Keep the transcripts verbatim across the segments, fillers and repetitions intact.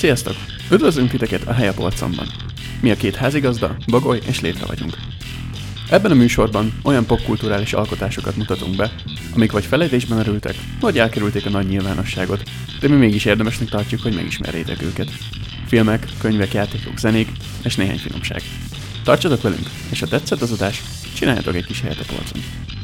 Sziasztok! Üdvözlünk titeket a Hely a Polcomban. Mi a két házigazda, Bagoly és Létre vagyunk. Ebben a műsorban olyan popkulturális alkotásokat mutatunk be, amik vagy felejtésben merültek, vagy elkerülték a nagy nyilvánosságot, de mi mégis érdemesnek tartjuk, hogy megismerjétek őket. Filmek, könyvek, játékok, zenék és néhány finomság. Tartsatok velünk, és ha tetszett az adás, csináljatok egy kis helyet a polcon.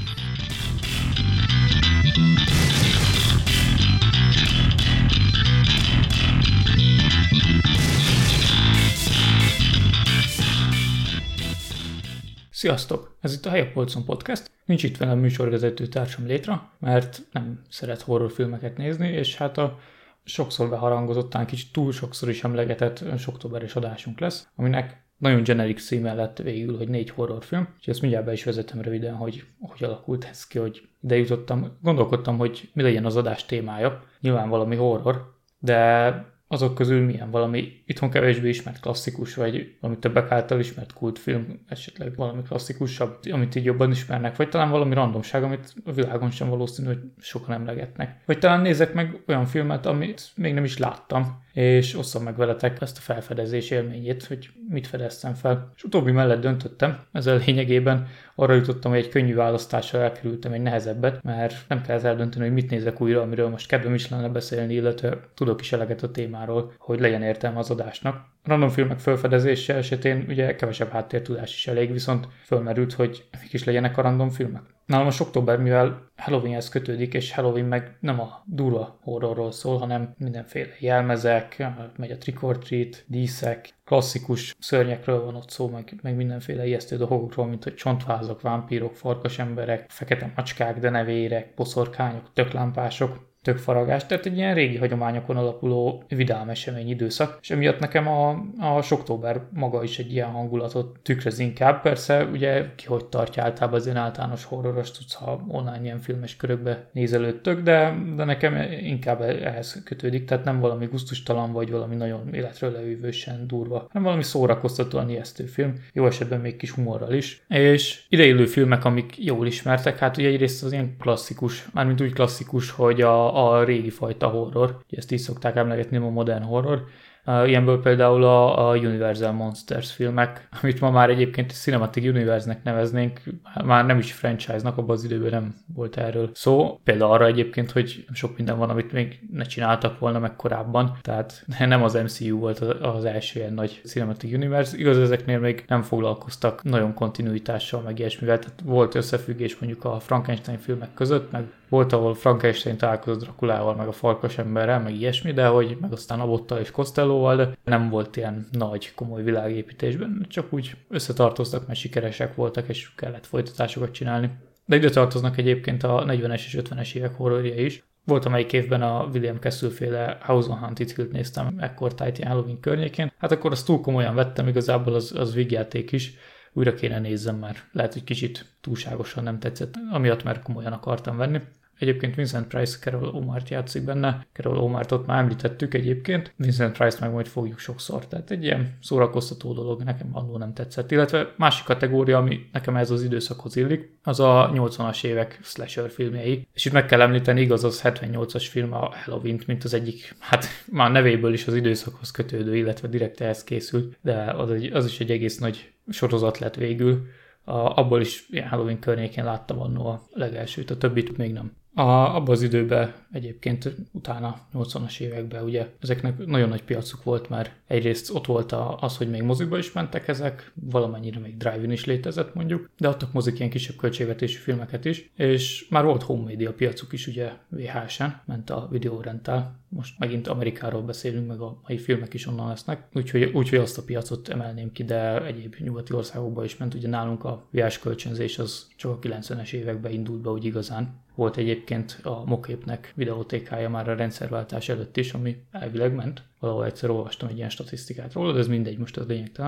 Sziasztok! Ez itt a Hely a Polcon podcast. Nincs itt velem műsorvezető társam Létra, mert nem szeret horrorfilmeket nézni, és hát a sokszor beharangozott, talán kicsit túl sokszor is emlegetett októberes adásunk lesz, aminek nagyon generic címe lett végül, hogy négy horrorfilm, és ezt mindjárt be is vezetem röviden, hogy hogy alakult ez ki, hogy ide jutottam. Gondolkodtam, hogy mi legyen az adás témája, nyilván valami horror, de azok közül milyen valami itthon kevésbé ismert klasszikus, vagy valami többek által ismert kultfilm, esetleg valami klasszikusabb, amit így jobban ismernek, vagy talán valami randomság, amit a világon sem valószínű, hogy sokan emlegetnek. Vagy talán nézek meg olyan filmet, amit még nem is láttam, és osszam meg veletek ezt a felfedezés élményét, hogy mit fedeztem fel. És utóbbi mellett döntöttem, ezzel lényegében arra jutottam, hogy egy könnyű választással elkerültem egy nehezebbet, mert nem kell eldönteni, hogy mit nézek újra, amiről most kedvem is lenne beszélni, illetve tudok is eleget a témáról, hogy legyen értelme az adásnak. Random filmek felfedezése esetén ugye kevesebb háttértudás is elég, viszont fölmerült, hogy mik is legyenek a random filmek. Nálam most október, mivel Halloweenhez kötődik, és Halloween meg nem a durva horrorról szól, hanem mindenféle jelmezek, megy a trick or treat, díszek, klasszikus szörnyekről van ott szó, meg, meg mindenféle ijesztő dolgokról, mint hogy csontvázak, vámpírok, farkasemberek, fekete macskák, denevérek, boszorkányok, töklámpások, tök faragás, tehát egy ilyen régi hagyományokon alapuló vidám esemény időszak, és emiatt nekem a, a október maga is egy ilyen hangulatot tükröz inkább. Persze ugye ki hogy tartja általában az én általános horroros tudsz, ha online ilyen filmes körökbe nézelődtök, de, de nekem inkább ehhez kötődik, tehát nem valami gusztustalan vagy valami nagyon életről leülvősen durva, hanem valami szórakoztatóan ijesztő film, jó esetben még kis humorral is. És ideillő filmek, amik jól ismertek, hát ugye egyrészt az ilyen klasszikus, mármint úgy klasszikus, hogy a a régi fajta horror. Ezt így szokták emlegetni, a modern horror. Uh, ilyenből például a, a Universal Monsters filmek, amit ma már egyébként Cinematic Universe-nek neveznénk, már nem is franchise-nak, abban az időben nem volt erről szó. Például arra egyébként, hogy sok minden van, amit még ne csináltak volna meg korábban, tehát nem az em cé u volt az első ilyen nagy Cinematic Universe, igaz, ezeknél még nem foglalkoztak nagyon kontinuitással, meg ilyesmivel, tehát volt összefüggés mondjuk a Frankenstein filmek között, meg volt, ahol Frankenstein találkozott Draculával, meg a farkasemberrel, meg ilyesmi, de hogy meg aztán Abbottal és Costellóval, de nem volt ilyen nagy, komoly világépítésben, csak úgy összetartoztak, mert sikeresek voltak, és kellett folytatásokat csinálni. De ide tartoznak egyébként a negyvenes és ötvenes évek horrorja is. Volt, amelyik évben a William Castle-féle House on Haunted Hill-t néztem ekkortájt ilyen Halloween környékén. Hát akkor azt túl komolyan vettem, igazából az, az vígjáték is. Újra kéne nézzem, mert lehet, hogy kicsit túlságosan nem tetszett, amiatt mert komolyan akartam venni. Egyébként Vincent Price Carol O'Mart játszik benne. Carol O'Martot már említettük egyébként. Vincent Price meg majd fogjuk sokszor. Tehát egy ilyen szórakoztató dolog, nekem annól nem tetszett. Illetve másik kategória, ami nekem ez az időszakhoz illik, az a nyolcvanas évek slasher filmjei. És itt meg kell említeni, igaz, az hetvennyolcas film a Halloween, mint az egyik, hát már nevéből is az időszakhoz kötődő, illetve direkt ehhez készült, de az, egy, az is egy egész nagy sorozat lett végül. A, abból is ilyen Halloween környékén láttam annó a legelsőt, a többit még nem. A, abban az időben egyébként utána nyolcvanas években ugye ezeknek nagyon nagy piacuk volt, mert egyrészt ott volt az, hogy még moziba is mentek ezek, valamennyire még drive-in is létezett mondjuk, de adtak mozik ilyen kisebb költségvetésű filmeket is, és már volt home media piacuk is, ugye vé há es-en ment a videórendel. Most megint Amerikáról beszélünk, meg a mai filmek is onnan lesznek, úgyhogy, úgyhogy azt a piacot emelném ki, de egyéb nyugati országokban is ment. Ugye nálunk a vé há es kölcsönzés az csak a kilencvenes években indult be úgy igazán. Volt egyébként a Moképnek videótékája már a rendszerváltás előtt is, ami elvileg ment. Valahol egyszer olvastam egy ilyen statisztikát róla, de ez mindegy, most az lényegtelen.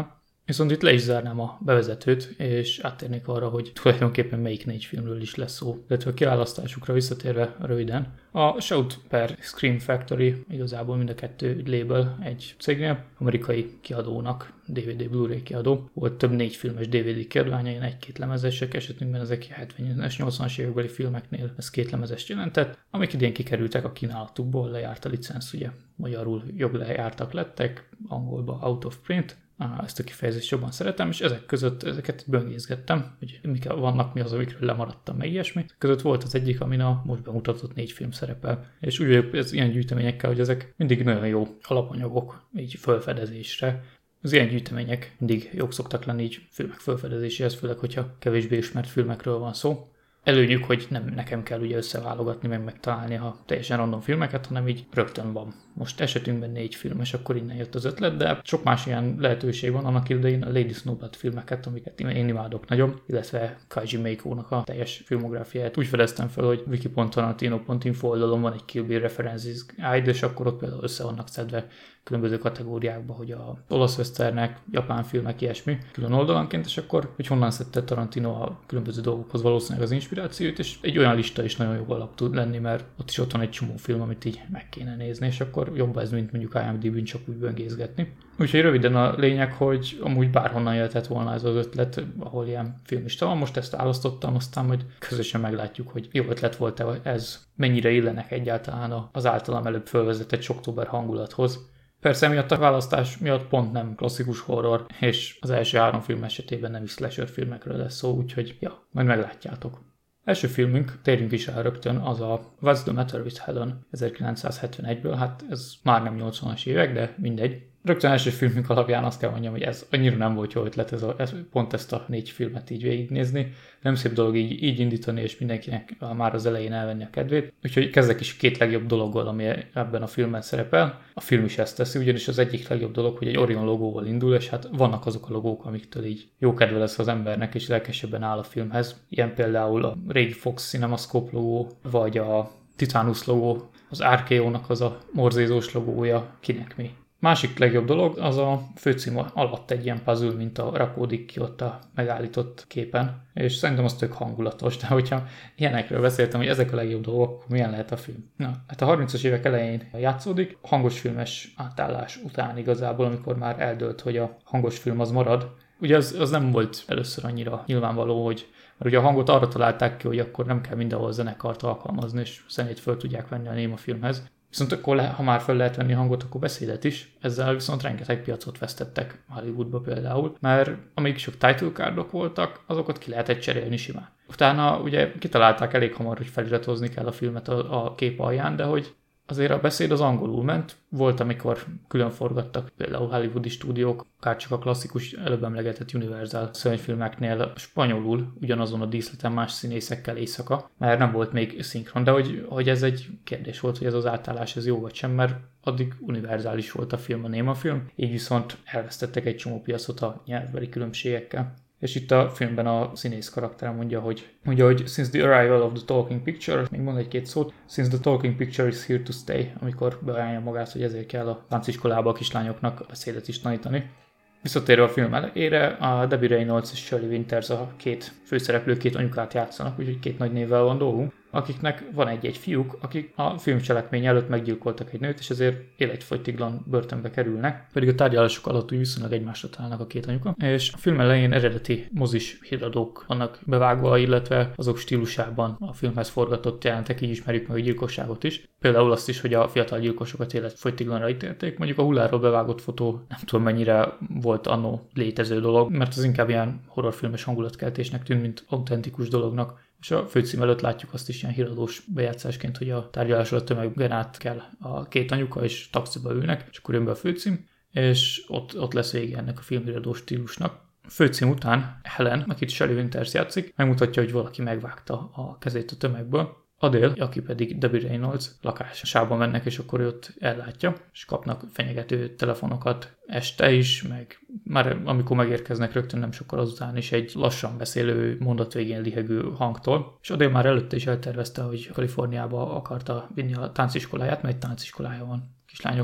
Viszont itt le is zárnám a bevezetőt, és áttérnék arra, hogy tulajdonképpen melyik négy filmről is lesz szó. Illetve a kiválasztásukra visszatérve röviden. A Shout per Scream Factory, igazából mind a kettő label egy cégnél, amerikai kiadónak, dé vé dé Blu-ray kiadó. Volt több négy filmes dé vé dé kiadványa, ilyen egy-két lemezesek, esetünkben ezek hetvenes, nyolcvanas évekbeli filmeknél ez két lemezest jelentett, amik idén kikerültek a kínálatukból, lejárt a licensz, ugye magyarul joglejártak lettek, angolba out of print. Ah, ezt a kifejezést jobban szeretem, és ezek között ezeket böngészgettem, hogy mik vannak, mi az, amikről lemaradtam, meg ilyesmi. Között volt az egyik, amin a most bemutatott négy film szerepel. És úgy vagyok ez ilyen gyűjteményekkel, hogy ezek mindig nagyon jó alapanyagok, így felfedezésre. Az ilyen gyűjtemények mindig jók szoktak lenni így filmek felfedezéséhez, főleg, hogyha kevésbé ismert filmekről van szó. Előnyük, hogy nem nekem kell ugye összeválogatni, meg megtalálni a teljesen random filmeket, hanem így rögtön van. Most esetünkben négy film, és akkor innen jött az ötlet, de sok más ilyen lehetőség van. Annak idején a Lady Snowblood filmeket, amiket én imádok nagyon, illetve Kaiji Meiko-nak a teljes filmográfiáját. Úgy fedeztem fel, hogy wiki pont tarantino pont info oldalon van egy Kill Bill References Guide, és akkor ott például össze vannak szedve különböző kategóriákba, hogy a olasz westernek, japán filmek, ilyesmi, külön oldalanként, és akkor, hogy honnan szedte Tarantino a különböző dolgokhoz valószínűleg az inspirációt, és egy olyan lista is nagyon jó alap tud lenni, mert ott is ott van egy csomó film, amit így meg kéne nézni, és akkor jobb ez, mint mondjuk I M D B-n csak úgy böngészgetni. Úgyhogy röviden a lényeg, hogy amúgy bárhonnan jöhetett volna ez az ötlet, ahol ilyen filmista van, most ezt választottam, aztán majd közösen meglátjuk, hogy jó ötlet volt-e ez, mennyire illenek egyáltalán az általam előbb fölvezetett október hangulathoz. Persze miatt a választás miatt pont nem klasszikus horror, és az első három film esetében nem is slasher filmekről lesz szó, úgyhogy ja, majd meglátjátok. Első filmünk, térjünk is el rögtön, az a What's the Matter with Helen ezerkilencszázhetvenegyből, hát ez már nem nyolcvanas évek, de mindegy. Rögtön első filmünk alapján azt kell mondjam, hogy ez annyira nem volt jó ötlet, ez a, ez, pont ezt a négy filmet így végignézni. Nem szép dolog így, így indítani, és mindenkinek már az elején elvenni a kedvét. Úgyhogy kezdek is két legjobb dologgal, ami ebben a filmben szerepel. A film is ezt teszi, ugyanis az egyik legjobb dolog, hogy egy Orion logóval indul, és hát vannak azok a logók, amiktől így jó kedve lesz az embernek, és lelkesebben áll a filmhez. Ilyen például a régi Fox CinemaScope logó, vagy a Titanus logó, az R K O-nak az a morzézós logója, kinek mi. Másik legjobb dolog, az a főcím alatt egy ilyen puzzle, mint a rakódik ki ott a megállított képen, és szerintem az tök hangulatos, de hogyha ilyenekről beszéltem, hogy ezek a legjobb dolgok, akkor milyen lehet a film? Na, hát a harmincas évek elején játszódik, hangos filmes átállás után igazából, amikor már eldőlt, hogy a hangos film az marad. Ugye az, az nem volt először annyira nyilvánvaló, hogy mert ugye a hangot arra találták ki, hogy akkor nem kell mindenhol zenekart alkalmazni, és zenét föl tudják venni a néma filmhez. Viszont akkor, ha már fel lehet venni hangot, akkor beszédet is. Ezzel viszont rengeteg piacot vesztettek Hollywoodba például, mert amíg sok title cardok voltak, azokat ki lehetett cserélni simán. Utána ugye kitalálták elég hamar, hogy feliratozni kell a filmet a, a kép alján, de hogy azért a beszéd az angolul ment. Volt, amikor külön forgattak például hollywoodi stúdiók, akár csak a klasszikus előbb emlegetett Universal szörnyfilmeknél spanyolul, ugyanazon a díszleten más színészekkel éjszaka, mert nem volt még szinkron, de hogy, hogy ez egy kérdés volt, hogy ez az átállás ez jó vagy sem, mert addig univerzális volt a film, a néma film, így viszont elvesztettek egy csomó piacot a nyelvbeli különbségekkel. És itt a filmben a színész karakter mondja, hogy, mondja, hogy since the arrival of the talking picture, még mond egy-két szót, since the talking picture is here to stay, amikor beajánlja magát, hogy ezért kell a tánciskolába a kislányoknak a beszédet is tanítani. Visszatérve a film elejére, a Debbie Reynolds és Shirley Winters a két főszereplő, két anyukát játszanak, úgyhogy két nagy névvel van dolgunk, akiknek van egy-egy fiúk, akik a film cselekmény előtt meggyilkoltak egy nőt, és ezért életfogytiglan börtönbe kerülnek, pedig a tárgyalások alatt úgy viszonylag egymásra találnak a két anyuka. És a film elején eredeti mozis híradók vannak bevágva, illetve azok stílusában a filmhez forgatott jelentek, így ismerjük meg a gyilkosságot is. Például azt is, hogy a fiatal gyilkosokat életfogytiglanra ítélték. Mondjuk a hulláról bevágott fotó nem tudom mennyire volt annó létező dolog, mert az inkább ilyen horrorfilmes hangulatkeltésnek tűnt, mint autentikus dolognak. És a főcím előtt látjuk azt is ilyen híradós bejátszásként, hogy a tárgyalásról a tömegben át kell a két anyuka, és taxiba ülnek, és akkor jön be a főcím, és ott, ott lesz vége ennek a filmhíradós stílusnak. A főcím után Helen, akit Shirley Winters játszik, megmutatja, hogy valaki megvágta a kezét a tömegből. Adél, aki pedig Debbie Reynolds lakásában mennek, és akkor ő ott ellátja, és kapnak fenyegető telefonokat este is, meg már amikor megérkeznek rögtön nem sokkal azután is egy lassan beszélő, mondat végén lihegő hangtól, és Adél már előtte is eltervezte, hogy Kaliforniába akarta vinni a tánciskoláját, mert egy tánciskolája van kislányoknak,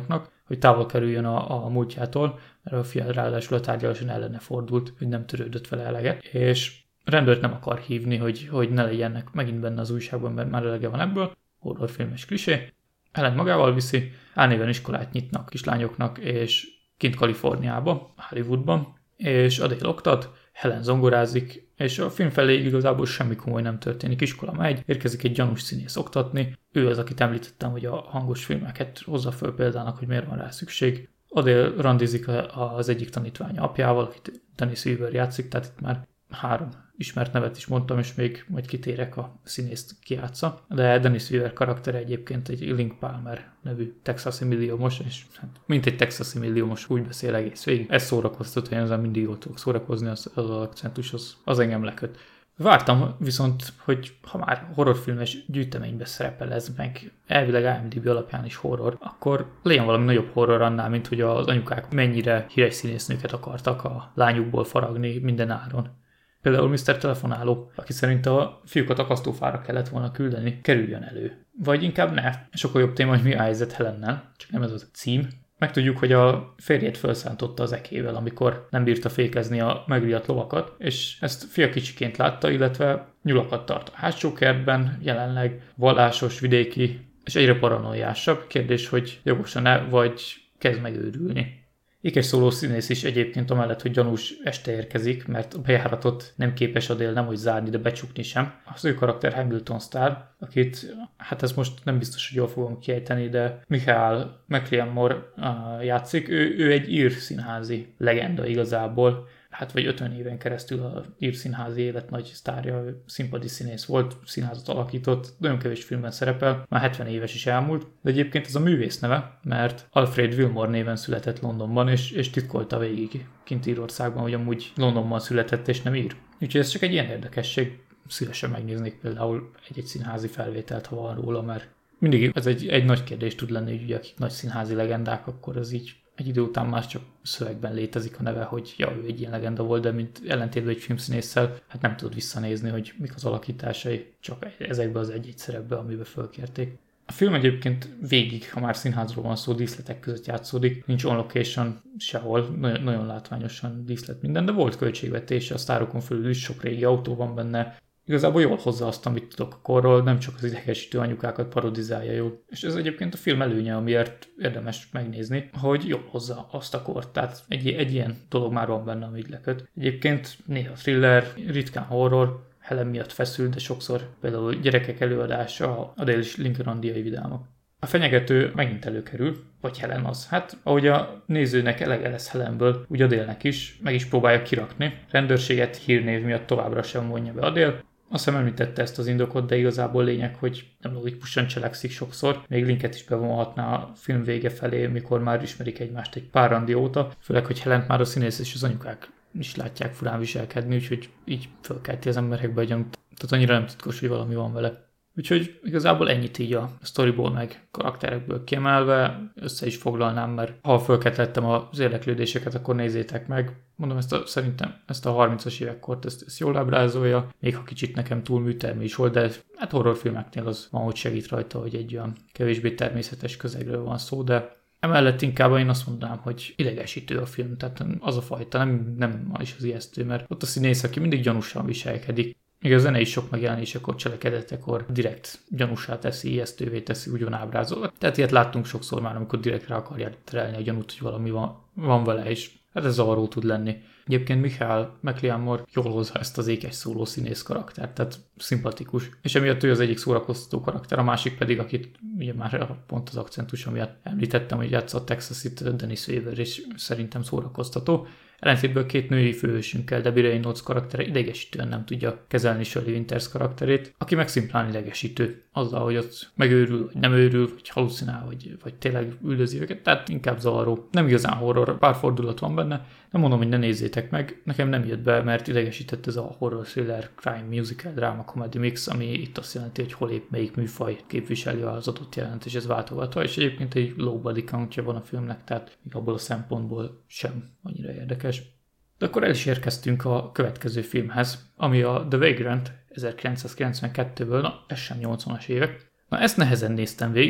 hogy távol kerüljön a, a múltjától, mert a fia ráadásul a tárgyaláson ellene fordult, hogy nem törődött vele eleget, és rendőrt nem akar hívni, hogy, hogy ne legyenek megint benne az újságban, mert már elege van ebből, horrorfilmes klisé. Helen magával viszi, álnéven iskolát nyitnak kislányoknak, és kint Kaliforniába, Hollywoodban, és Adél oktat, Helen zongorázik, és a film felé igazából semmi komoly nem történik. Iskola megy, érkezik egy gyanús színész oktatni, ő az, akit említettem, hogy a hangos filmeket hozza föl példának, hogy miért van rá szükség. Adél randizik az egyik tanítványa apjával, akit Dennis Weaver játszik, tehát itt már három ismert nevet is mondtam, és még majd kitérek a színészt kiátsza. De Dennis Weaver karaktere egyébként egy Link Palmer nevű texasi milliómos, és hát, mint egy texasi milliómos úgy beszél egész végig. Ez szórakoztató, én ezen mindig jól tudok szórakozni, az, az akcentus, az, az engem leköt. Vártam viszont, hogy ha már horrorfilmes gyűjteménybe szerepel ez, meg elvileg I M D B alapján is horror, akkor legyen valami nagyobb horror annál, mint hogy az anyukák mennyire híres színésznőket akartak a lányukból faragni minden áron. Például miszter Telefonáló, aki szerint a fiúkat akasztófára kellett volna küldeni, kerüljön elő. Vagy inkább ne. Sokkal jobb téma, hogy mi a helyzet Helennel, csak nem ez az a cím. Megtudjuk, hogy a férjét felszántotta az ekével, amikor nem bírta fékezni a megriadt lovakat, és ezt fia kicsiként látta, illetve nyulakat tart a hátsó kertben, jelenleg vallásos, vidéki, és egyre paranoiásabb. Kérdés, hogy jogosan-e, vagy kezd megőrülni. Ékes szóló színész is egyébként amellett, hogy gyanús este érkezik, mert a bejáratot nem képes Adél nem hogy zárni, de becsukni sem. Az ő karakter Hamilton Starr, akit, hát ez most nem biztos, hogy jól fogom kiejteni, de Michael McLeanmore uh, játszik. Ő, ő egy ír színházi legenda igazából, hát vagy ötven éven keresztül a ír színházi élet nagy sztárja, színpadi színész volt, színházat alakított, nagyon kevés filmben szerepel, már hetven éves is elmúlt, de egyébként ez a művész neve, mert Alfred Wilmore néven született Londonban, és, és titkolta végig kint Írországban, hogy amúgy Londonban született és nem ír. Úgyhogy ez csak egy ilyen érdekesség, szívesen megnéznék például egy-egy színházi felvételt, ha van róla, mert mindig ez egy, egy nagy kérdés tud lenni, hogy ugye akik nagy színházi legendák, akkor ez így egy idő után már csak szövegben létezik a neve, hogy ja, ő egy ilyen legenda volt, de mint ellentétben egy filmszínésszel, hát nem tudod visszanézni, hogy mik az alakításai, csak ezekbe az egy-egy szerepbe, amiben fölkérték. A film egyébként végig, ha már színházról van szó, díszletek között játszódik, nincs on location sehol, nagyon, nagyon látványosan díszlet minden, de volt költségvetés, a sztárokon fölül is sok régi autó van benne, igazából jól hozza azt, amit tudok a korról, nem csak az idegesítő anyukákat parodizálja jól. És ez egyébként a film előnye, amiért érdemes megnézni, hogy jól hozza azt a kort. Tehát egy, egy ilyen dolog már van benne, amit leköt. Egyébként néha thriller, ritkán horror, Helen miatt feszül, de sokszor például gyerekek előadása, a Dale lincolndiai vidámak. A fenyegető megint előkerül, vagy Helen az. Hát, ahogy a nézőnek elege lesz Helenből, úgy Adélnek is, meg is próbálja kirakni. Rendőrséget hírnév miatt továbbra sem vonja be Adél. Azt hiszem említette ezt az indokot, de igazából lényeg, hogy nem logikusan cselekszik sokszor. Még linket is bevonhatná a film vége felé, mikor már ismerik egymást egy pár randi óta. Főleg, hogy Helent már a színész és az anyukák is látják furán viselkedni, úgyhogy így fölkelti az emberekbe a gyanút. Tehát annyira nem titkos, hogy valami van vele. Úgyhogy igazából ennyit így a sztoriból meg karakterekből kiemelve, össze is foglalnám, mert ha fölkeltettem az érdeklődéseket, akkor nézzétek meg. Mondom, ezt a, szerintem ezt a harmincas évekkort ezt, ezt jól ábrázolja, még ha kicsit nekem túl műtermi is volt, de hát horrorfilmeknél az van, hogy segít rajta, hogy egy olyan kevésbé természetes közegről van szó, de emellett inkább én azt mondanám, hogy idegesítő a film, tehát az a fajta, nem, nem is az ijesztő, mert ott a színész, aki mindig gyanúsan viselkedik. Még a zene is sok megjelenésekor, cselekedetekor direkt gyanúsá teszi, ijesztővé teszi, úgy van ábrázolva. Tehát ilyet láttunk sokszor már, amikor direkt rá akarják terelni a gyanút, hogy valami van, van vele, és hát ez zavaró tud lenni. Egyébként Michael McLeanmore jól hozza ezt az ékes szóló színész karaktert, tehát szimpatikus. És emiatt ő az egyik szórakoztató karakter, a másik pedig, akit ugye már pont az akcentus, amiatt említettem, hogy játszott Texas-it, Dennis Weaver, és szerintem szórakoztató. Ellentétből két női főhősünkkel, Debbie Reynolds karaktere idegesítően nem tudja kezelni Shirley Winters karakterét, aki meg szimplán idegesítő. Azzal, hogy ott megőrül, vagy nem őrül, vagy halucinál, vagy, vagy tényleg üldözi őket, tehát inkább zavaró. Nem igazán horror, pár fordulat van benne, nem mondom, hogy ne nézzétek meg, nekem nem jött be, mert idegesített ez a horror, thriller, crime, musical, drama, comedy mix, ami itt azt jelenti, hogy hol épp melyik műfaj képviseli az adott jelentés, ez váltogatva, és egyébként egy low body countja van a filmnek, tehát még abból a szempontból sem annyira érdekes. De akkor el is érkeztünk a következő filmhez, ami a The Vagrant ezerkilencszázkilencvenkettőből, na ez sem nyolcvanas évek. Na ezt nehezen néztem végig,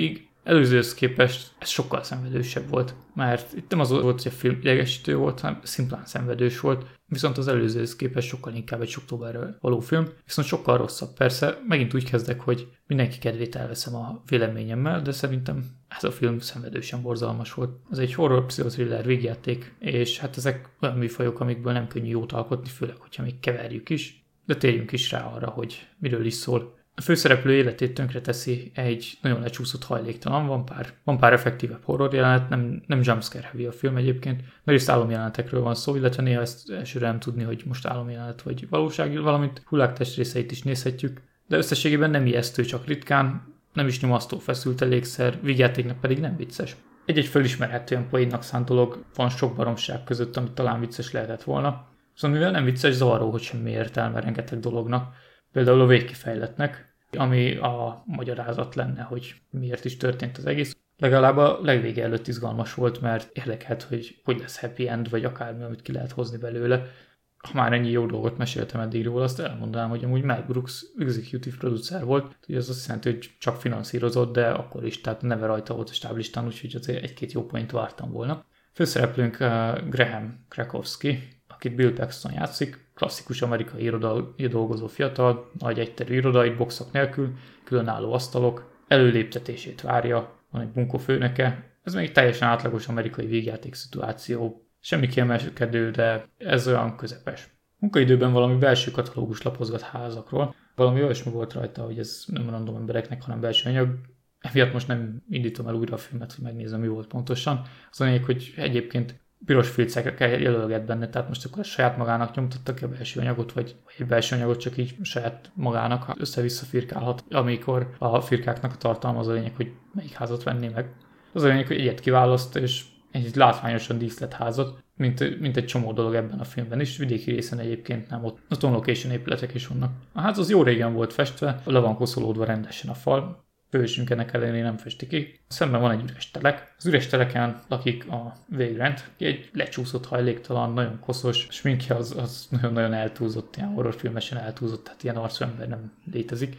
előzőhöz képest ez sokkal szenvedősebb volt, mert itt nem az volt, hogy a film idegesítő volt, hanem szimplán szenvedős volt, viszont az előzőhöz képest sokkal inkább egy októberről való film, viszont sokkal rosszabb. Persze megint úgy kezdek, hogy mindenki kedvét elveszem a véleményemmel, de szerintem ez a film szenvedősen borzalmas volt. Ez egy horror pszichotriller végjáték, és hát ezek olyan műfajok, amikből nem könnyű jót alkotni, főleg, hogyha még keverjük is, de térjünk is rá arra, hogy miről is szól. A főszereplő életét tönkre teszi egy nagyon lecsúszott hajléktalan, van pár, van pár effektívebb horror jelenet, nem, nem jumpscare heavy a film egyébként, mert is álomjelenetekről van szó, illetve néha ezt elsőre nem tudni, hogy most álomjelenet vagy valóság, valamint hullák testrészeit is nézhetjük, de összességében nem ijesztő, csak ritkán, nem is nyomasztó, feszült elégszer, vígjátéknak pedig nem vicces. Egy-egy fölismerhetően poénnak szánt dolog van sok baromság között, amit talán vicces lehetett volna, viszont mivel nem vicces, zavaró, hogy semmi értelme rengeteg dolognak, például a végkifejletnek, ami a magyarázat lenne, hogy miért is történt az egész. Legalább a legvége előtt izgalmas volt, mert érdekelt, hogy hogy lesz happy end, vagy akármi, amit ki lehet hozni belőle. Ha már ennyi jó dolgot meséltem eddig róla, azt elmondanám, hogy amúgy Mel Brooks executive producer volt, hogy ez azt jelenti, hogy csak finanszírozott, de akkor is, tehát neve rajta volt a stáblistán, úgyhogy azért egy-két jó point vártam volna. Főszereplőnk uh, Graham Krakowski, akit Bill Paxton játszik, klasszikus amerikai irodai dolgozó fiatal, nagy egyterű irodai boxok nélkül, különálló asztalok, előléptetését várja, van egy bunkófőnöke. Ez még teljesen átlagos amerikai végjáték szituáció. Semmi kiemelkedő, de ez olyan közepes. Munkaidőben valami belső katalógus lapozgat házakról. Valami olyasmi volt rajta, hogy ez nem random embereknek, hanem belső anyag. Emiatt most nem indítom el újra a filmet, hogy megnézem, mi volt pontosan. Az a lényeg, hogy egyébként piros filcekkel jelölget benne, tehát most akkor saját magának nyomtatta ki a belső anyagot, vagy egy belső anyagot csak így saját magának össze-vissza firkálhat, amikor a firkáknak a tartalma az a lényeg, hogy melyik házat venné meg. Az a lényeg, hogy egyet kiválaszt, és egy látványosan díszlett házat, mint, mint egy csomó dolog ebben a filmben is, vidéki részen egyébként nem, ott, ott on location épületek is vannak. A ház az jó régen volt festve, le van koszolódva rendesen a fal, fősünk ennek ellenére nem festi ki. Szemben van egy üres telek. Az üres teleken lakik a Vagrant, ki egy lecsúszott hajléktalan, nagyon koszos, sminkje az, az nagyon-nagyon eltúlzott, ilyen horrorfilmesen eltúlzott, tehát ilyen arcú ember nem létezik.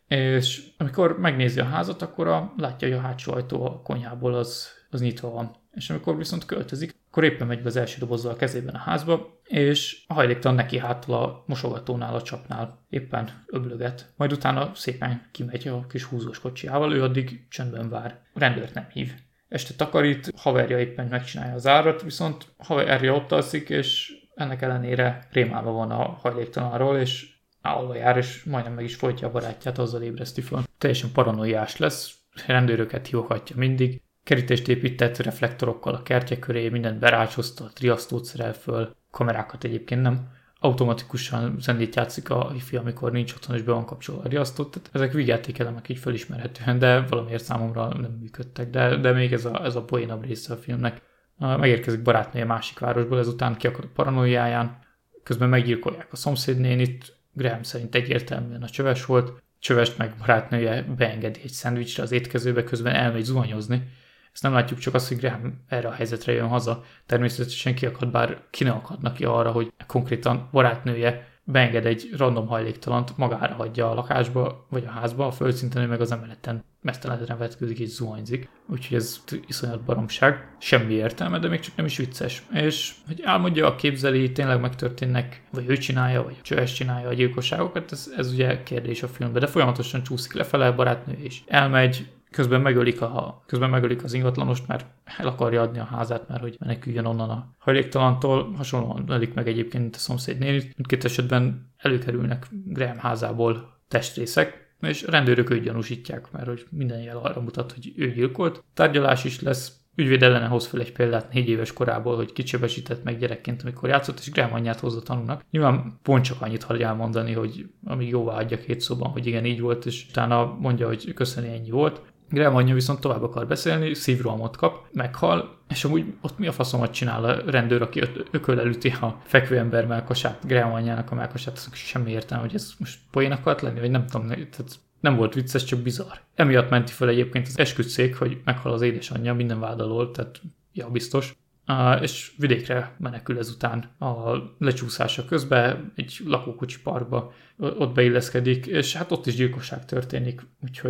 És amikor megnézi a házat, akkor a, látja, hogy a hátsó ajtó a konyhából az, az nyitva van. És amikor viszont költözik, akkor éppen megy be az első dobozzal a kezében a házba, és a hajléktalan neki hátul a mosogatónál, a csapnál éppen öblöget. Majd utána szépen kimegy a kis húzós kocsijával, ő addig csöndben vár. A rendőrt nem hív. Este takarít, haverja éppen megcsinálja az árat, viszont haverja ott alszik, és ennek ellenére rémálva van a hajléktalanról, és állva jár, és majdnem meg is folytja a barátját, azzal ébreszti föl. Teljesen paranoiás lesz, rendőröket hívhatja mindig, kerítést épített reflektorokkal a kertje köré, mindent berácsozta, triasztót szerel föl, kamerákat egyébként nem. Automatikusan zenét játszik a hifi, amikor nincs otthon és be van kapcsolva a riasztót. Tehát ezek vígjátékelemek így felismerhetően, de valamiért számomra nem működtek. De, de még ez a, ez a poénabb része a filmnek. Megérkezik barátnője másik városból, ezután kiakad a paranoiáján, közben meggyilkolják a szomszédnénit, Graham szerint egyértelműen a csöves volt, csövest meg barátnője beengedi egy szendvicsre az étkezőbe, közben elmegy zuhanyozni. Ezt nem látjuk, csak azt, hogy Graham erre a helyzetre jön haza. Természetesen kiakad, bár ki ne akadnak ki arra, hogy konkrétan barátnője beenged egy random hajléktalant, magára hagyja a lakásba, vagy a házba, a földszinten, ő meg az emeleten mesztelenre vetkőzik és zuhanyzik. Úgyhogy ez iszonyat baromság. Semmi értelme, de még csak nem is vicces. És hogy álmodja, képzeli, tényleg megtörténnek, vagy ő csinálja, vagy a csöves csinálja a gyilkosságokat, ez, ez ugye kérdés a filmben, de folyamatosan csúszik lefele, a barátnő is elmegy, közben megölik, a, közben megölik az ingatlanost, mert el akarja adni a házát, mert hogy meneküljön onnan a hajléktalantól. Hasonlóan ölik meg egyébként, mint a szomszéd nénit. Mindkét esetben előkerülnek Graham házából testrészek, és rendőrök őt gyanúsítják, mert hogy minden jel arra mutat, hogy ő gyilkolt. Tárgyalás is lesz. Ügyvéd ellene hoz fel egy példát négy éves korából, hogy kicsebesített meg gyerekként, amikor játszott, és Graham anyját hozza tanulnak. Nyilván pont csak annyit hagy elmondani, hogy amíg jóvá adja két szóban, hogy igen, így volt, és utána mondja, hogy köszöni, ennyi volt. Graham anyja viszont tovább akar beszélni, szívrohamot kap, meghal, és amúgy ott mi a faszomat csinál a rendőr, aki ököl elüti a fekvőember mellkasát, Graham anyjának a mellkasát, az semmi értelme, hogy ez most poén akart lenni, vagy nem tudom, tehát nem volt vicces, csak bizarr. Emiatt menti fel egyébként az esküdtszék, hogy meghal az édesanyja minden vád alól, tehát ja, biztos. Uh, és vidékre menekül ezután a lecsúszása közben egy lakókocsi parkba, ott beilleszkedik, és hát ott is gyilkosság történik, úgyhogy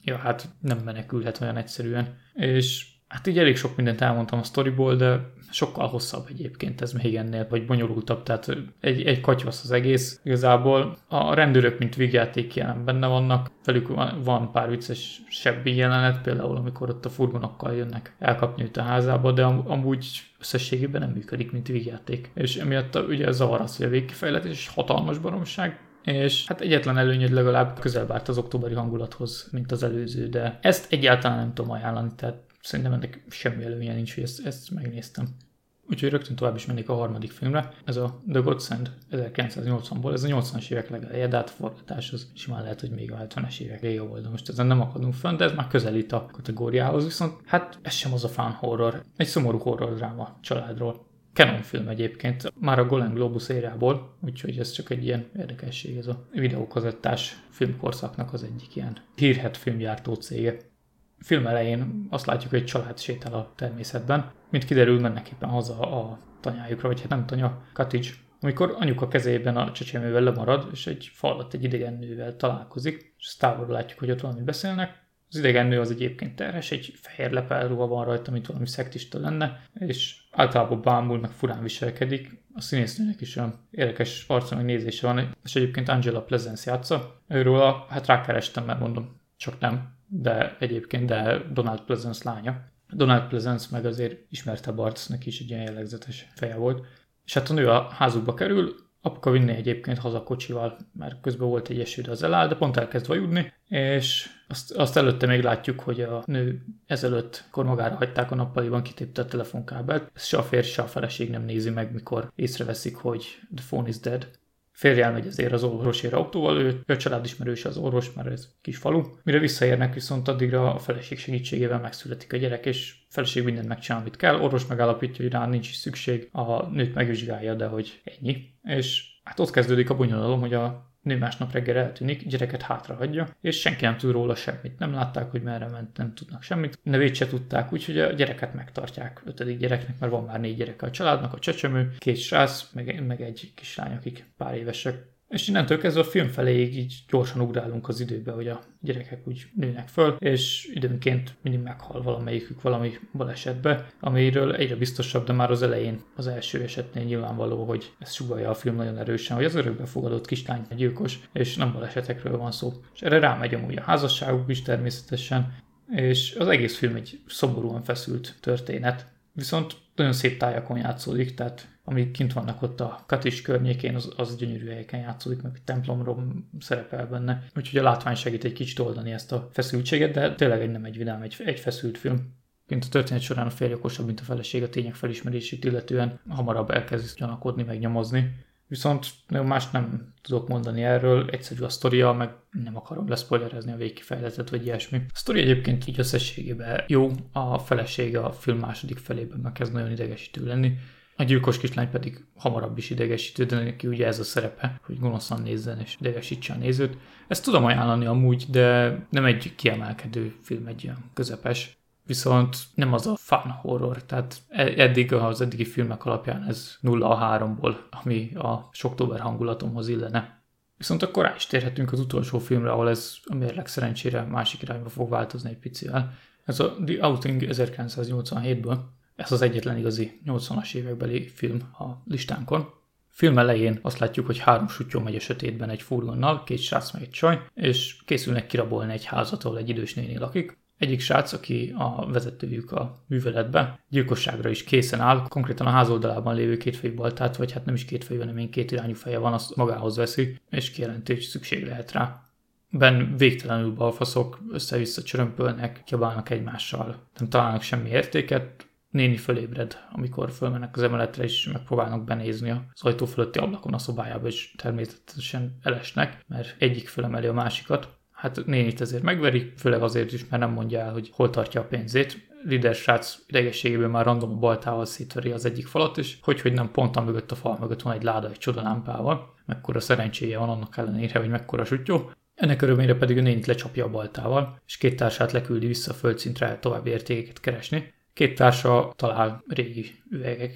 ja, hát nem menekülhet olyan egyszerűen. És hát így elég sok mindent elmondtam a sztoriból, de sokkal hosszabb egyébként ez még ennél, vagy bonyolultabb, tehát egy, egy katyvasz az egész. Igazából a rendőrök, mint vígjáték jelen benne vannak, velük van, van pár vicces sebbi jelenet, például amikor ott a furgonokkal jönnek elkapni őt a házába, de am- amúgy összességében nem működik, mint vígjáték. És emiatt ugye zavar az, hogy a végkifejletés hatalmas baromság, és hát egyetlen előnyöd legalább közelebb állt az októberi hangulathoz, mint az előző, de ezt egyáltalán nem tudom ajánlani, tehát szerintem ennek semmi előnye nincs, hogy ezt, ezt megnéztem. Úgyhogy rögtön tovább is mennék a harmadik filmre. Ez a The Godsend ezerkilencszáznyolcvanból, ez a nyolcvanas évek legeleje, de hát a forgatás az simán lehet, hogy még a hetvenes évek vége volt, de most ezen nem akadunk fönn, de ez már közelít a kategóriához, viszont hát ez sem az a fun horror. Egy szomorú horror dráma családról. Canon film egyébként, már a Golden Globus érából, úgyhogy ez csak egy ilyen érdekesség, ez a videókazettás filmkorszaknak az egyik ilyen hírhedt filmgyártó cége. Film elején azt látjuk, hogy egy család sétál a természetben, mint kiderül, mennek éppen haza a tanyájukra, vagy hát nem tanya, cottage, amikor anyuka kezében a csecsemővel lemarad, és egy fal alatt egy idegen nővel találkozik, és távolról látjuk, hogy ott valamit beszélnek. Az idegen nő az egyébként terhes, egy fehér lepelruha van rajta, mint valami szektista lenne, és általában bámul, meg furán viselkedik. A színésznőnek is olyan érdekes arca, meg nézése van, és egyébként Angela Pleasence játsza. Őről hát rákerestem, mert mondom, csak nem, de egyébként, de Donald Pleasence lánya. Donald Pleasence meg azért ismertebb arc, neki is egy ilyen jellegzetes feje volt. És hát a nő a házukba kerül, apuka vinné egyébként haza kocsival, mert közben volt egy eső, de az eláll, de pont elkezd vajudni, és azt, azt előtte még látjuk, hogy a nő ezelőtt, mikor magára hagyták a nappaliban, kitépte a telefonkábelt. Ezt se a férj, se a feleség nem nézi meg, mikor észreveszik, hogy the phone is dead. Férj elmegy azért az orvosére autóval, ő, ő a családismerőse az orvos, mert ez kis falu. Mire visszaérnek, viszont addigra a feleség segítségével megszületik a gyerek, és a feleség mindent megcsinál, amit kell. Orvos megállapítja, hogy rá nincs is szükség, a nőt megvizsgálja, de hogy ennyi. És hát ott kezdődik a bonyolulom, hogy a nő másnap reggel eltűnik, gyereket hátrahagyja, és senki nem tud róla semmit. Nem látták, hogy merre ment, nem tudnak semmit. Nevét se tudták, úgyhogy a gyereket megtartják. Ötödik gyereknek, mert van már négy gyereke a családnak, a csecsemő, két srác, meg, meg egy kislány, akik pár évesek. És innentől kezdve a film feléig így gyorsan ugrálunk az időbe, hogy a gyerekek úgy nőnek föl, és időnként mindig meghal valamelyikük valami balesetbe, amiről egyre biztosabb, de már az elején, az első esetnél nyilvánvaló, hogy ez sugallja a film nagyon erősen, hogy az örökbefogadott kislány gyilkos, és nem balesetekről van szó. És erre rámegy amúgy a házasságuk is természetesen, és az egész film egy szomorúan feszült történet. Viszont nagyon szép tájakon játszódik, tehát amíg kint vannak ott a Katis környékén, az, az gyönyörű helyeken játszódik, meg a templomról szerepel benne. Úgyhogy a látvány segít egy kicsit oldani ezt a feszültséget, de tényleg egy nem egy vidám, egy, egy feszült film. Mint a történet során a férj okosabb, mint a feleség, a tények felismerését illetően hamarabb elkezd gyanakodni, meg nyomozni. Viszont más nem tudok mondani erről, egyszerű a sztoria, meg nem akarom leszpoilerezni a végkifejletet, vagy ilyesmi. A sztori egyébként így összességében jó, a felesége a film második felében meg kezd nagyon idegesítő lenni. A gyilkos kislány pedig hamarabb is idegesítő, de neki ugye ez a szerepe, hogy gonoszan nézzen és idegesítse a nézőt. Ezt tudom ajánlani amúgy, de nem egy kiemelkedő film, egy ilyen közepes. Viszont nem az a fun horror, tehát eddig az eddigi filmek alapján ez nulla a háromból, ami a október hangulatomhoz illene. Viszont akkor rá is térhetünk az utolsó filmre, ahol ez a mérleg szerencsére másik irányba fog változni egy picivel. Ez a The Outing ezerkilencszáznyolcvanhétből. Ez az egyetlen igazi nyolcvanas évekbeli film a listánkon. Film elején azt látjuk, hogy három suttyó megy a sötétben egy furgonnal, két srác meg egy csaj, és készülnek kirabolni egy házat, ahol egy idős néni lakik. Egyik srác, aki a vezetőjük a műveletbe, gyilkosságra is készen áll, konkrétan a ház oldalában lévő kétfejű baltát, vagy hát nem is kétfejű, hanem két irányú feje van, azt magához veszi, és kijelenti, hogy szükség lehet rá. Ben végtelenül balfaszok, össze-vissza csörömpölnek, kiabálnak egymással, nem találnak semmi értéket. Néni fölébred, amikor fölmennek az emeletre, és megpróbálnak benézni az ajtó fölötti ablakon a szobájába, és természetesen elesnek, mert egyik fölemeli a másikat. Hát nénit ezért megveri, főleg azért is, mert nem mondja el, hogy hol tartja a pénzét. Líder srác idegességében már random a baltával szétveri az egyik falat, és hogy, hogy nem pont a mögött a fal mögött van egy láda egy csodalámpával. Mekkora szerencséje van annak ellenére, hogy mekkora suttyó. Ennek örömére pedig a nénit lecsapja a baltával, és két társát leküldi vissza a földszintre további értékeket keresni. Két társa talál régi üvegeket,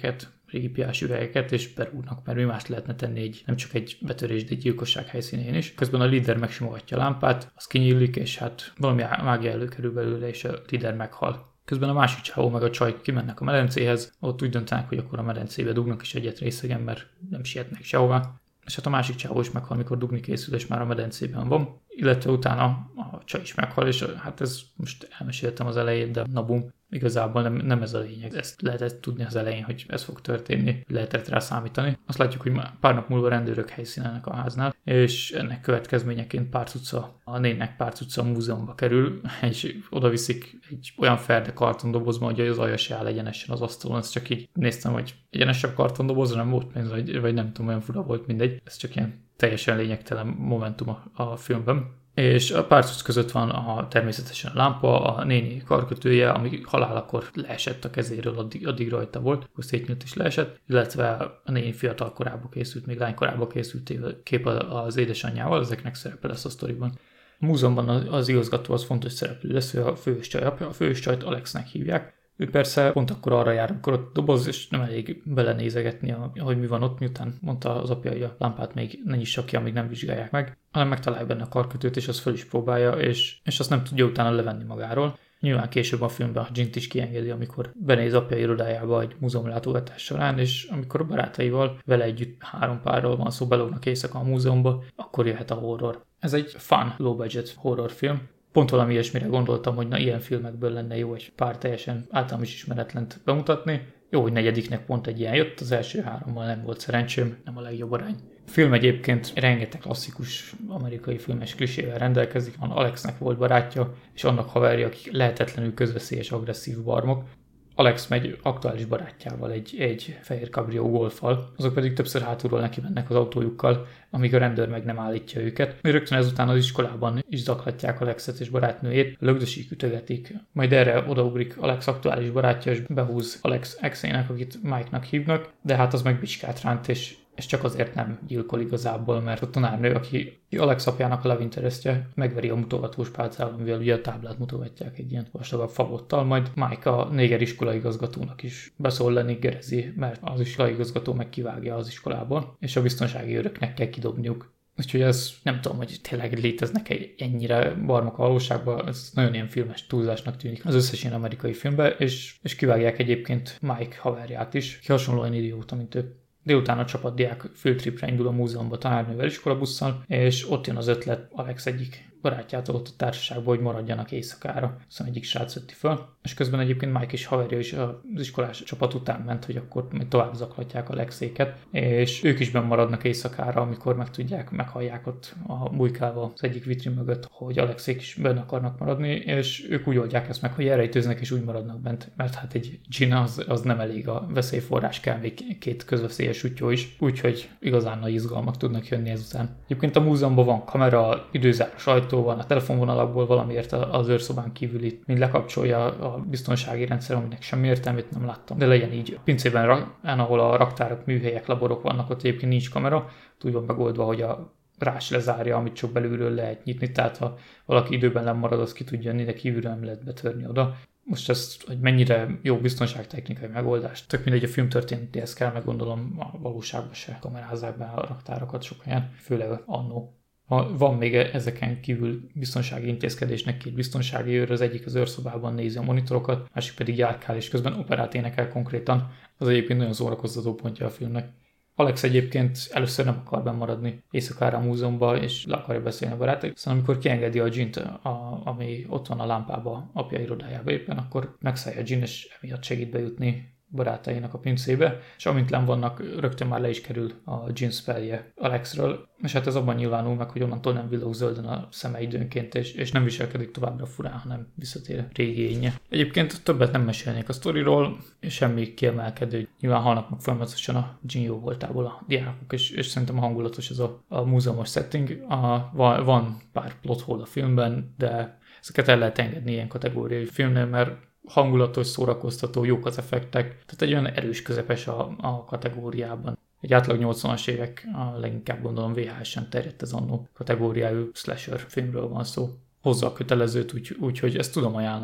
régi piás üvegeket, és berúgnak, mert mi más lehetne tenni egy, nem csak egy betörés, de egy gyilkosság helyszínén is. Közben a líder megsimogatja a lámpát, az kinyílik, és hát valami mágia előkerül belőle, és a líder meghal. Közben a másik csávó meg a csaj kimennek a medencéhez, ott úgy döntenek, hogy akkor a medencébe dugnak is egyet részegen, mert nem sietnek sehová. És hát a másik csávó is meghal, amikor dugni készül, és már a medencében van. Illetve utána a csaj is meghal, és hát ez most elmeséltem az elején, de na bum, igazából nem, nem ez a lényeg. Ezt lehetett tudni az elején, hogy ez fog történni, lehetett rá számítani. Azt látjuk, hogy pár nap múlva rendőrök helyszínelnek a háznál, és ennek következményeként pár cucca, a négynek pár cucca a múzeumba kerül, és oda viszik egy olyan ferde kartondobozba, hogy az alja se áll egyenesen az asztalon. Ezt csak így néztem, hogy egyenesebb kartondobozra nem volt pénz, vagy, vagy nem tudom, olyan fura volt, mindegy. Ez csak ilyen teljesen lényegtelen momentum a, a filmben. És a pár cucc között van a, természetesen a lámpa, a néni karkötője, ami halálakor leesett a kezéről, addig, addig rajta volt, akkor szétnyílt is leesett, illetve a néni fiatal korában készült, még lánykorában készült kép az édesanyjával, ezeknek szerepe lesz a sztoriban. A múzeumban az igazgató az fontos szereplő lesz, ő a fős csaj apja, a fős csajt Alexnek hívják. Ő persze pont akkor arra jár, amikor ott doboz, és nem elég belenézegetni, hogy mi van ott, miután mondta az apja, hogy a lámpát még ne nyissa ki, amíg nem vizsgálják meg, hanem megtalálja benne a karkötőt, és az föl is próbálja, és, és azt nem tudja utána levenni magáról. Nyilván később a filmben a Gint is kiengedi, amikor benéz apja irodájába egy múzeumlátogatás során, és amikor a barátaival vele együtt három párról van szó, belógnak éjszaka a múzeumba, akkor jöhet a horror. Ez egy fun, low budget horrorfilm. Pont valami ilyesmire gondoltam, hogy na ilyen filmekből lenne jó egy pár teljesen általam is ismeretlent bemutatni. Jó, hogy negyediknek pont egy ilyen jött, az első hárommal nem volt szerencsém, nem a legjobb arány. A film egyébként rengeteg klasszikus amerikai filmes klisével rendelkezik. Van Alexnek volt barátja, és annak haverja, akik lehetetlenül közveszélyes, agresszív barmok. Alex megy aktuális barátjával egy, egy fehér kabrió golffal, azok pedig többször hátulról neki mennek az autójukkal, amíg a rendőr meg nem állítja őket. Rögtön ezután az iskolában is zaklatják Alexet és barátnőjét, lögdösik, ütögetik. Majd erre odaugrik Alex aktuális barátja, és behúz Alex exének, akit Mike-nak hívnak, de hát az meg bicskát ránt, és és csak azért nem gyilkol igazából, mert a tanárnő, aki Alex apjának a love interestje, megveri a mutogatós pálcával, amivel ugye a táblát mutogatják egy ilyen vastagabb fagottal, majd Mike a néger iskola igazgatónak is beszól leniggerezi, mert az iskola igazgató meg kivágja az iskolából, és a biztonsági őröknek kell kidobniuk. Úgyhogy ez nem tudom, hogy tényleg léteznek ennyire barmok a valóságban, ez nagyon ilyen filmes túlzásnak tűnik az összes ilyen amerikai filmben, és, és kivágják egyébként Mike haverját is, ki hasonlóan idióta, mint ők. Délután a csapatdiák fieldtripre indul a múzeumba tanárnővel, iskolabusszal, és ott jön az ötlet Alex egyik barátjától ott a társaságban, hogy maradjanak éjszakára. Szóval egyik srác ötti föl. És közben egyébként Mike és haverja is az iskolás csapat után ment, hogy akkor majd tovább zaklatják Alexéket, és ők is benn maradnak éjszakára, amikor meg tudják, meghallják ott a bujkálva az egyik vitrin mögött, hogy Alexék is benne akarnak maradni, és ők úgy oldják ezt meg, hogy elrejtőznek és úgy maradnak bent, mert hát egy gin az, az nem elég a veszélyforrás, kell még két közveszélyes sutyó is, úgyhogy igazán nagy izgalmak tudnak jönni ezután. Egyébként a múzeumban van kamera, időzáros ajtó van, a telefonvonalakból valamiért az őrszobán kívül itt mind lekapcsolja a biztonsági rendszer, aminek semmi értelmét nem láttam. De legyen így. A pincében, ahol a raktárak, műhelyek, laborok vannak, ott egyébként nincs kamera, úgy van megoldva, hogy a rás lezárja, amit csak belülről lehet nyitni, tehát ha valaki időben lemarad, az ki tud jönni, de kívülről nem lehet betörni oda. Most ez, hogy mennyire jó biztonságtechnikai megoldás, tök mindegy, a filmtörténetéhez kell, meg gondolom a valóságban se kamerázzák be a raktárakat sok helyen, főleg annó. Van még ezeken kívül biztonsági intézkedésnek két biztonsági őr, az egyik az őrszobában nézi a monitorokat, másik pedig járkál, és közben operát énekel konkrétan. Az egyébként nagyon szórakoztató pontja a filmnek. Alex egyébként először nem akar benn maradni éjszakára a múzeumban, és le akarja beszélni a barátai. Szóval amikor kiengedi a Gint, a, ami ott van a lámpába, apja irodájába éppen, akkor megszállja a Gin, és emiatt segít bejutni barátainak a pincébe, és amint len vannak, rögtön már le is kerül a Gin spellje Alexről, és hát ez abban nyilvánul meg, hogy onnantól nem villog zöldön a szeme időnként, és, és nem viselkedik továbbra furán, hanem visszatér régi énje. Egyébként többet nem mesélnék a sztoriról, és semmi kiemelkedő. Nyilván halnak meg folyamatosan a Gin jó voltából a diákok, és, és szerintem hangulatos ez a, a múzeumos setting. A, van, van pár plot hole a filmben, de ezeket el lehet engedni ilyen kategóriai filmnél, mert hangulatos, szórakoztató, jók az effektek, tehát egy olyan erős közepes a, a kategóriában. Egy átlag nyolcvanas évek, a leginkább gondolom vé há es-en terjedt ez annó kategóriájú slasher filmről van szó. Hozza a kötelezőt, úgyhogy úgy, ezt tudom ajánlani.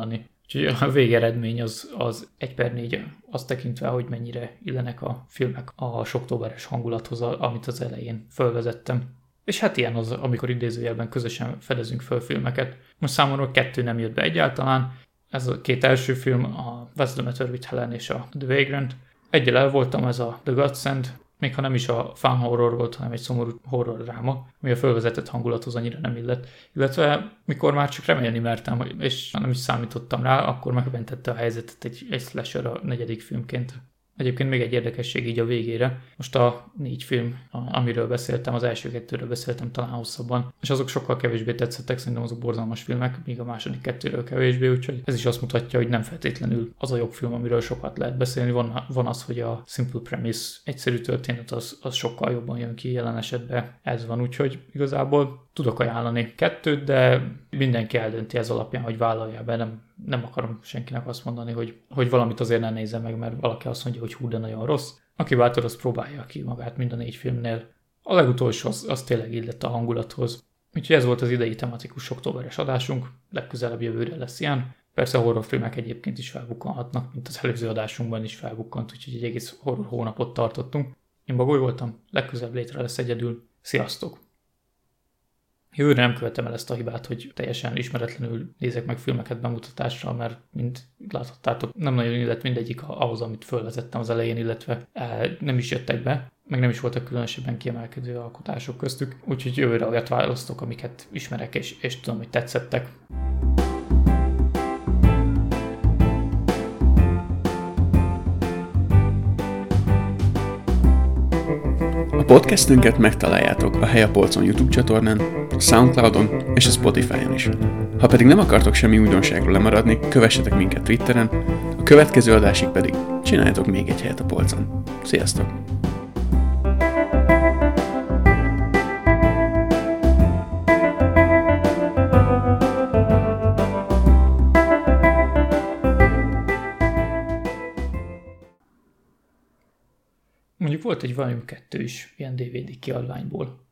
Úgyhogy a végeredmény az, az egy per négy, azt tekintve, hogy mennyire illenek a filmek a októberes hangulathoz, amit az elején felvezettem. És hát ilyen az, amikor idézőjelben közösen fedezünk föl filmeket. Most számomra kettő nem jött be egyáltalán. Ez a két első film, a What's the Matter with Helen és a The Vagrant. Egyel el voltam, ez a The Godsend, még ha nem is a fun horror volt, hanem egy szomorú horror dráma, ami a fölvezetett hangulathoz annyira nem illett. Illetve mikor már csak remélni mertem, és nem is számítottam rá, akkor megmentette a helyzetet egy, egy slasher a negyedik filmként. Egyébként még egy érdekesség így a végére. Most a négy film, amiről beszéltem, az első kettőről beszéltem talán hosszabban, és azok sokkal kevésbé tetszettek, szerintem azok borzalmas filmek, míg a második kettőről kevésbé, úgyhogy ez is azt mutatja, hogy nem feltétlenül az a jobb film, amiről sokat lehet beszélni. Van, van az, hogy a simple premise, egyszerű történet, az, az sokkal jobban jön ki, jelen esetben ez van, úgyhogy igazából tudok ajánlani kettőt, de mindenki eldönti ez alapján, hogy vállalja be, nem, nem akarom senkinek azt mondani, hogy, hogy valamit azért ne nézze meg, mert valaki azt mondja, hogy hú, de nagyon rossz. Aki bátor, az próbálja ki magát mind a négy filmnél. A legutolsó az, az tényleg illett a hangulathoz. Úgyhogy ez volt az idei tematikus októberes adásunk, legközelebb jövőre lesz ilyen. Persze a horrorfilmek egyébként is felbukkanhatnak, mint az előző adásunkban is felbukkant, úgyhogy egy egész horror hónapot tartottunk. Én Bagoly voltam, legközelebb létre lesz egyedül. Sziasztok! Jövőre nem követem el ezt a hibát, hogy teljesen ismeretlenül nézek meg filmeket bemutatásra, mert mint láthattátok, nem nagyon illett mindegyik ahhoz, amit fölvezettem az elején, illetve nem is jöttek be, meg nem is voltak különösebben kiemelkedő alkotások köztük, úgyhogy jövőre olyat választok, amiket ismerek és, és tudom, hogy tetszettek. A podcastünket megtaláljátok a Hely a Polcon YouTube csatornán, a Soundcloudon és a Spotify-on is. Ha pedig nem akartok semmi újdonságról lemaradni, kövessetek minket Twitteren, a következő adásig pedig csináljatok még egy helyet a polcon. Sziasztok! Mondjuk volt egy Volume kettő is ilyen dé vé dé kiadványból.